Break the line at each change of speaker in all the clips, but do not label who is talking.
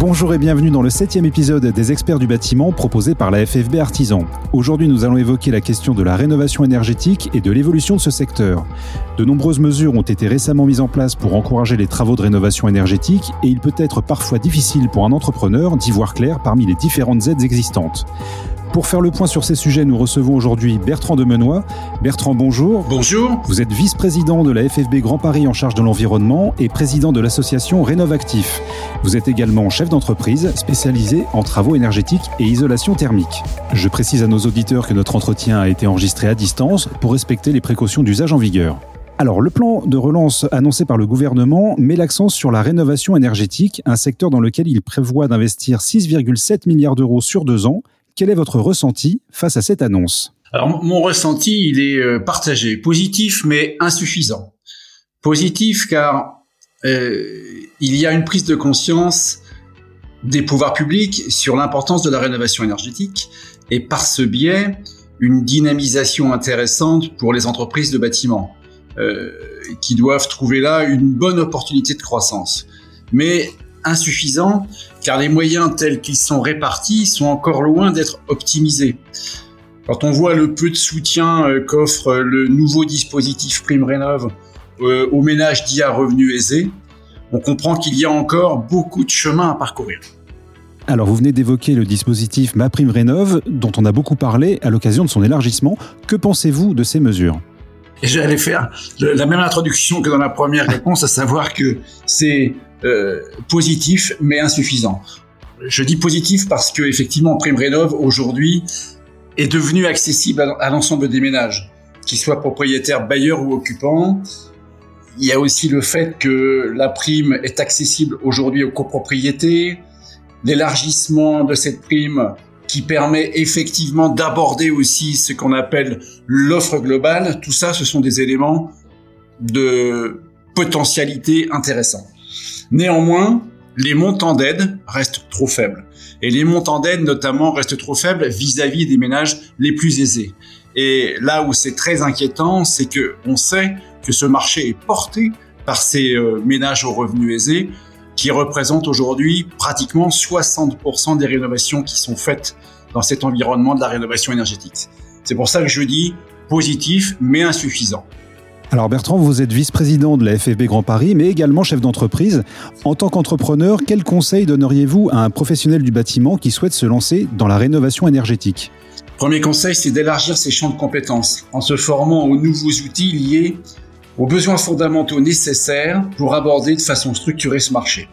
Bonjour et bienvenue dans le 7e épisode des Experts du bâtiment proposé par la FFB Artisan. Aujourd'hui, nous allons évoquer la question de la rénovation énergétique et de l'évolution de ce secteur. De nombreuses mesures ont été récemment mises en place pour encourager les travaux de rénovation énergétique et il peut être parfois difficile pour un entrepreneur d'y voir clair parmi les différentes aides existantes. Pour faire le point sur ces sujets, nous recevons aujourd'hui Bertrand Demenoy. Bertrand, bonjour.
Bonjour.
Vous êtes vice-président de la FFB Grand Paris en charge de l'environnement et président de l'association Rénovactif. Vous êtes également chef d'entreprise spécialisé en travaux énergétiques et isolation thermique. Je précise à nos auditeurs que notre entretien a été enregistré à distance pour respecter les précautions d'usage en vigueur. Alors, le plan de relance annoncé par le gouvernement met l'accent sur la rénovation énergétique, un secteur dans lequel il prévoit d'investir 6,7 milliards d'euros sur 2 ans. Quel est votre ressenti face à cette annonce ?
Alors, mon ressenti, il est partagé. Positif, mais insuffisant. Positif, car il y a une prise de conscience des pouvoirs publics sur l'importance de la rénovation énergétique et par ce biais, une dynamisation intéressante pour les entreprises de bâtiment qui doivent trouver là une bonne opportunité de croissance. Mais insuffisant, car les moyens tels qu'ils sont répartis sont encore loin d'être optimisés. Quand on voit le peu de soutien qu'offre le nouveau dispositif PrimeRénov' aux ménages dits à revenus aisés, on comprend qu'il y a encore beaucoup de chemin à parcourir.
Alors, vous venez d'évoquer le dispositif MaPrimeRénov', dont on a beaucoup parlé à l'occasion de son élargissement. Que pensez-vous de ces mesures ?
Et j'allais faire la même introduction que dans la première réponse, à savoir que c'est positif mais insuffisant. Je dis positif parce que effectivement PrimeRénov' aujourd'hui est devenu accessible à l'ensemble des ménages, qu'ils soient propriétaires, bailleurs ou occupants. Il y a aussi le fait que la prime est accessible aujourd'hui aux copropriétés, l'élargissement de cette prime qui permet effectivement d'aborder aussi ce qu'on appelle l'offre globale. Tout ça, ce sont des éléments de potentialité intéressants. Néanmoins, les montants d'aide restent trop faibles. Et les montants d'aide, notamment, restent trop faibles vis-à-vis des ménages les plus aisés. Et là où c'est très inquiétant, c'est qu'on sait que ce marché est porté par ces ménages aux revenus aisés qui représentent aujourd'hui pratiquement 60% des rénovations qui sont faites dans cet environnement de la rénovation énergétique. C'est pour ça que je dis positif, mais insuffisant.
Alors Bertrand, vous êtes vice-président de la FFB Grand Paris, mais également chef d'entreprise. En tant qu'entrepreneur, quels conseils donneriez-vous à un professionnel du bâtiment qui souhaite se lancer dans la rénovation énergétique ?
Premier conseil, c'est d'élargir ses champs de compétences en se formant aux nouveaux outils liés aux besoins fondamentaux nécessaires pour aborder de façon structurée ce marché.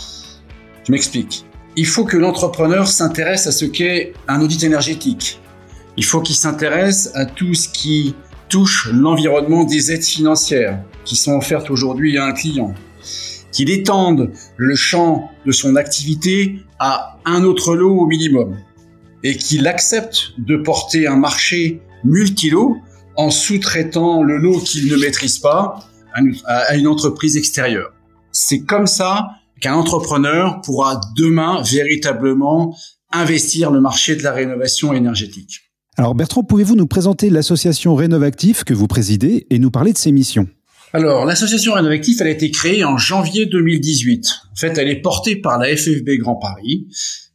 Je m'explique. Il faut que l'entrepreneur s'intéresse à ce qu'est un audit énergétique. Il faut qu'il s'intéresse à tout ce qui touche l'environnement des aides financières qui sont offertes aujourd'hui à un client. Qu'il étende le champ de son activité à un autre lot au minimum. Et qu'il accepte de porter un marché multilot en sous-traitant le lot qu'il ne maîtrise pas à une entreprise extérieure. C'est comme ça qu'un entrepreneur pourra demain véritablement investir le marché de la rénovation énergétique.
Alors Bertrand, pouvez-vous nous présenter l'association Rénovactif que vous présidez et nous parler de ses missions ?
Alors, l'association Rénovactif, elle a été créée en janvier 2018. En fait, elle est portée par la FFB Grand Paris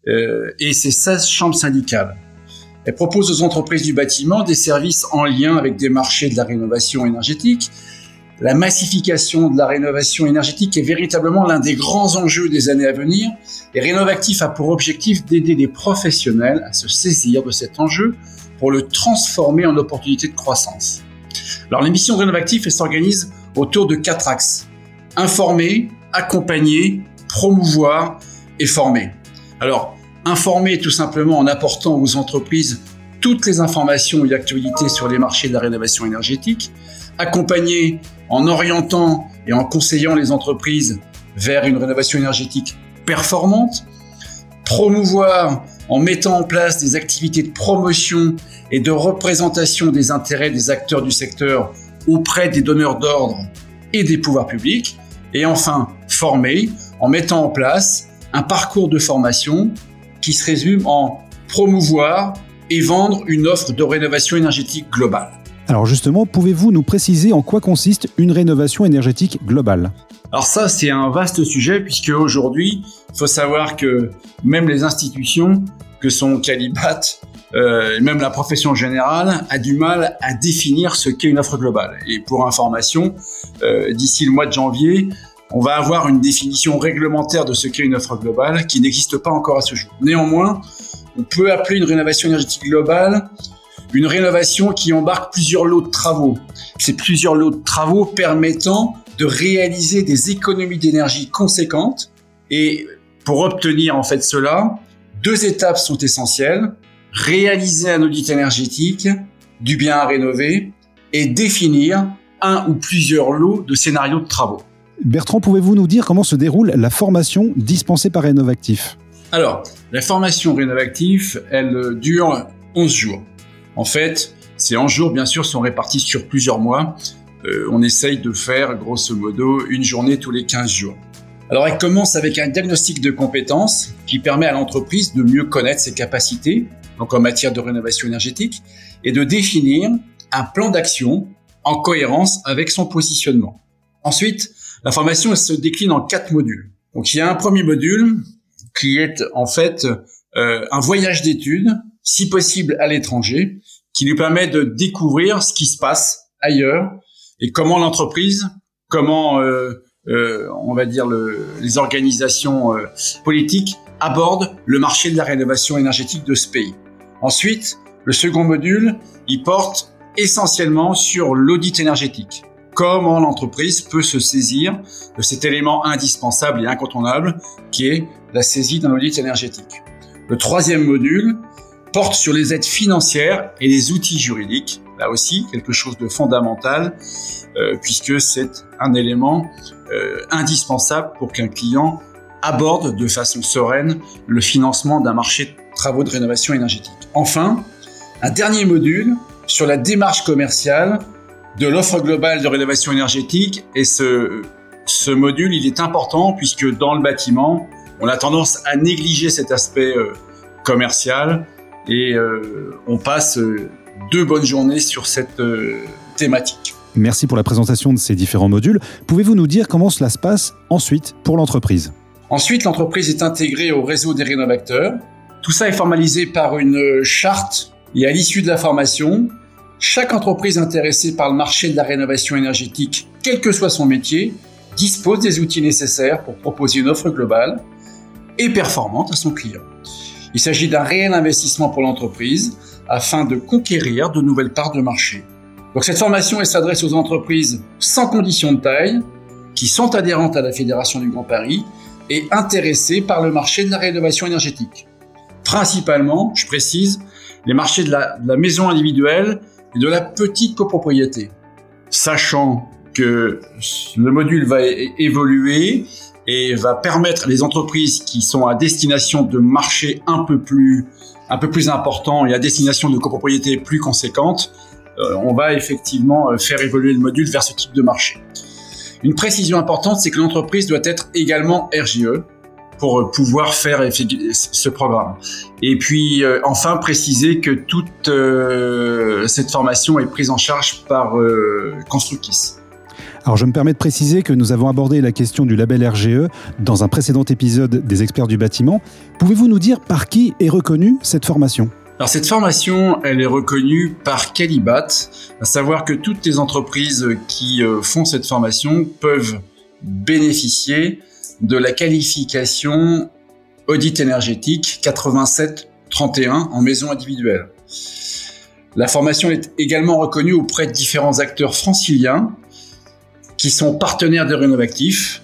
et ses 16 chambres syndicales. Elle propose aux entreprises du bâtiment des services en lien avec des marchés de la rénovation énergétique. La massification de la rénovation énergétique est véritablement l'un des grands enjeux des années à venir. Et Rénovactif a pour objectif d'aider les professionnels à se saisir de cet enjeu pour le transformer en opportunité de croissance. Alors, les missions de Rénovactif, elles s'organisent autour de 4 axes. Informer, accompagner, promouvoir et former. Alors, informer tout simplement en apportant aux entreprises toutes les informations et actualités sur les marchés de la rénovation énergétique. Accompagner en orientant et en conseillant les entreprises vers une rénovation énergétique performante. Promouvoir en mettant en place des activités de promotion et de représentation des intérêts des acteurs du secteur auprès des donneurs d'ordre et des pouvoirs publics. Et enfin, former en mettant en place un parcours de formation qui se résume en promouvoir et vendre une offre de rénovation énergétique globale.
Alors justement, pouvez-vous nous préciser en quoi consiste une rénovation énergétique globale ?
Alors ça, c'est un vaste sujet puisque aujourd'hui, il faut savoir que même les institutions que sont Calibat, et même la profession générale, a du mal à définir ce qu'est une offre globale. Et pour information, d'ici le mois de janvier, on va avoir une définition réglementaire de ce qu'est une offre globale qui n'existe pas encore à ce jour. Néanmoins, on peut appeler une rénovation énergétique globale une rénovation qui embarque plusieurs lots de travaux. Ces plusieurs lots de travaux permettant de réaliser des économies d'énergie conséquentes. Et pour obtenir en fait cela, 2 étapes sont essentielles. Réaliser un audit énergétique du bien à rénover et définir un ou plusieurs lots de scénarios de travaux.
Bertrand, pouvez-vous nous dire comment se déroule la formation dispensée par Rénovactif ?
Alors, la formation Rénovactif, elle dure 11 jours. En fait, ces 11 jours, bien sûr, sont répartis sur plusieurs mois. On essaye de faire, grosso modo, une journée tous les 15 jours. Alors, elle commence avec un diagnostic de compétences qui permet à l'entreprise de mieux connaître ses capacités, donc en matière de rénovation énergétique, et de définir un plan d'action en cohérence avec son positionnement. Ensuite, la formation elle se décline en 4 modules. Donc, il y a un premier module qui est en fait un voyage d'études, si possible à l'étranger, qui lui permet de découvrir ce qui se passe ailleurs et comment l'entreprise, comment on va dire les organisations politiques abordent le marché de la rénovation énergétique de ce pays. Ensuite, le second module, il porte essentiellement sur l'audit énergétique. Comment l'entreprise peut se saisir de cet élément indispensable et incontournable qui est la saisie d'un audit énergétique. Le troisième module porte sur les aides financières et les outils juridiques. Là aussi, quelque chose de fondamental puisque c'est un élément indispensable pour qu'un client aborde de façon sereine le financement d'un marché de travaux de rénovation énergétique. Enfin, un dernier module sur la démarche commerciale de l'offre globale de rénovation énergétique. Et ce module, il est important puisque dans le bâtiment, on a tendance à négliger cet aspect commercial et on passe 2 bonnes journées sur cette thématique.
Merci pour la présentation de ces différents modules. Pouvez-vous nous dire comment cela se passe ensuite pour l'entreprise ?
Ensuite, l'entreprise est intégrée au réseau des rénovateurs. Tout ça est formalisé par une charte et à l'issue de la formation, chaque entreprise intéressée par le marché de la rénovation énergétique, quel que soit son métier, dispose des outils nécessaires pour proposer une offre globale et performante à son client. Il s'agit d'un réel investissement pour l'entreprise afin de conquérir de nouvelles parts de marché. Donc cette formation, elle s'adresse aux entreprises sans condition de taille, qui sont adhérentes à la Fédération du Grand Paris et intéressées par le marché de la rénovation énergétique. Principalement, je précise, les marchés de la maison individuelle et de la petite copropriété. Sachant que le module va évoluer et va permettre les entreprises qui sont à destination de marchés un peu plus importants et à destination de copropriétés plus conséquentes, on va effectivement faire évoluer le module vers ce type de marché. Une précision importante, c'est que l'entreprise doit être également RGE pour pouvoir faire ce programme. Et puis, enfin, préciser que toute cette formation est prise en charge par Constructis.
Alors, je me permets de préciser que nous avons abordé la question du label RGE dans un précédent épisode des experts du bâtiment. Pouvez-vous nous dire par qui est reconnue cette formation ?
Alors cette formation, elle est reconnue par Calibat, à savoir que toutes les entreprises qui font cette formation peuvent bénéficier de la qualification audit énergétique 87-31 en maison individuelle. La formation est également reconnue auprès de différents acteurs franciliens qui sont partenaires de Rénovactif.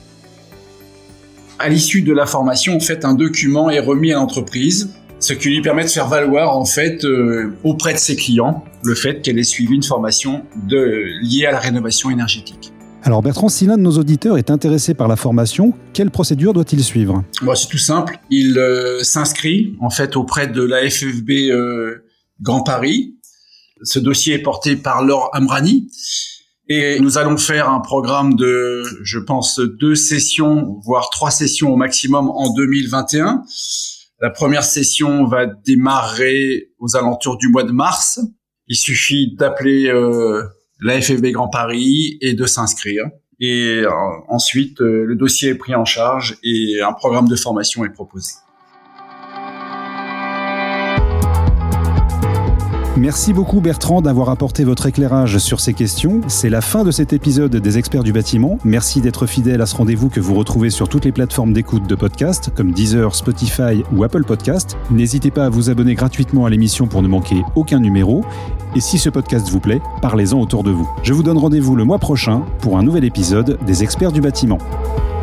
À l'issue de la formation, en fait, un document est remis à l'entreprise, ce qui lui permet de faire valoir en fait auprès de ses clients le fait qu'elle ait suivi une formation liée à la rénovation énergétique.
Alors Bertrand, si l'un de nos auditeurs est intéressé par la formation, quelle procédure doit-il suivre ?
C'est tout simple. Il s'inscrit en fait auprès de la FFB Grand Paris. Ce dossier est porté par Laure Amrani. Et nous allons faire un programme de, je pense, 2 sessions, voire 3 sessions au maximum en 2021. La première session va démarrer aux alentours du mois de mars. Il suffit d'appeler la FFB Grand Paris et de s'inscrire. Et ensuite, le dossier est pris en charge et un programme de formation est proposé.
Merci beaucoup Bertrand d'avoir apporté votre éclairage sur ces questions. C'est la fin de cet épisode des Experts du bâtiment. Merci d'être fidèle à ce rendez-vous que vous retrouvez sur toutes les plateformes d'écoute de podcasts comme Deezer, Spotify ou Apple Podcast. N'hésitez pas à vous abonner gratuitement à l'émission pour ne manquer aucun numéro. Et si ce podcast vous plaît, parlez-en autour de vous. Je vous donne rendez-vous le mois prochain pour un nouvel épisode des Experts du bâtiment.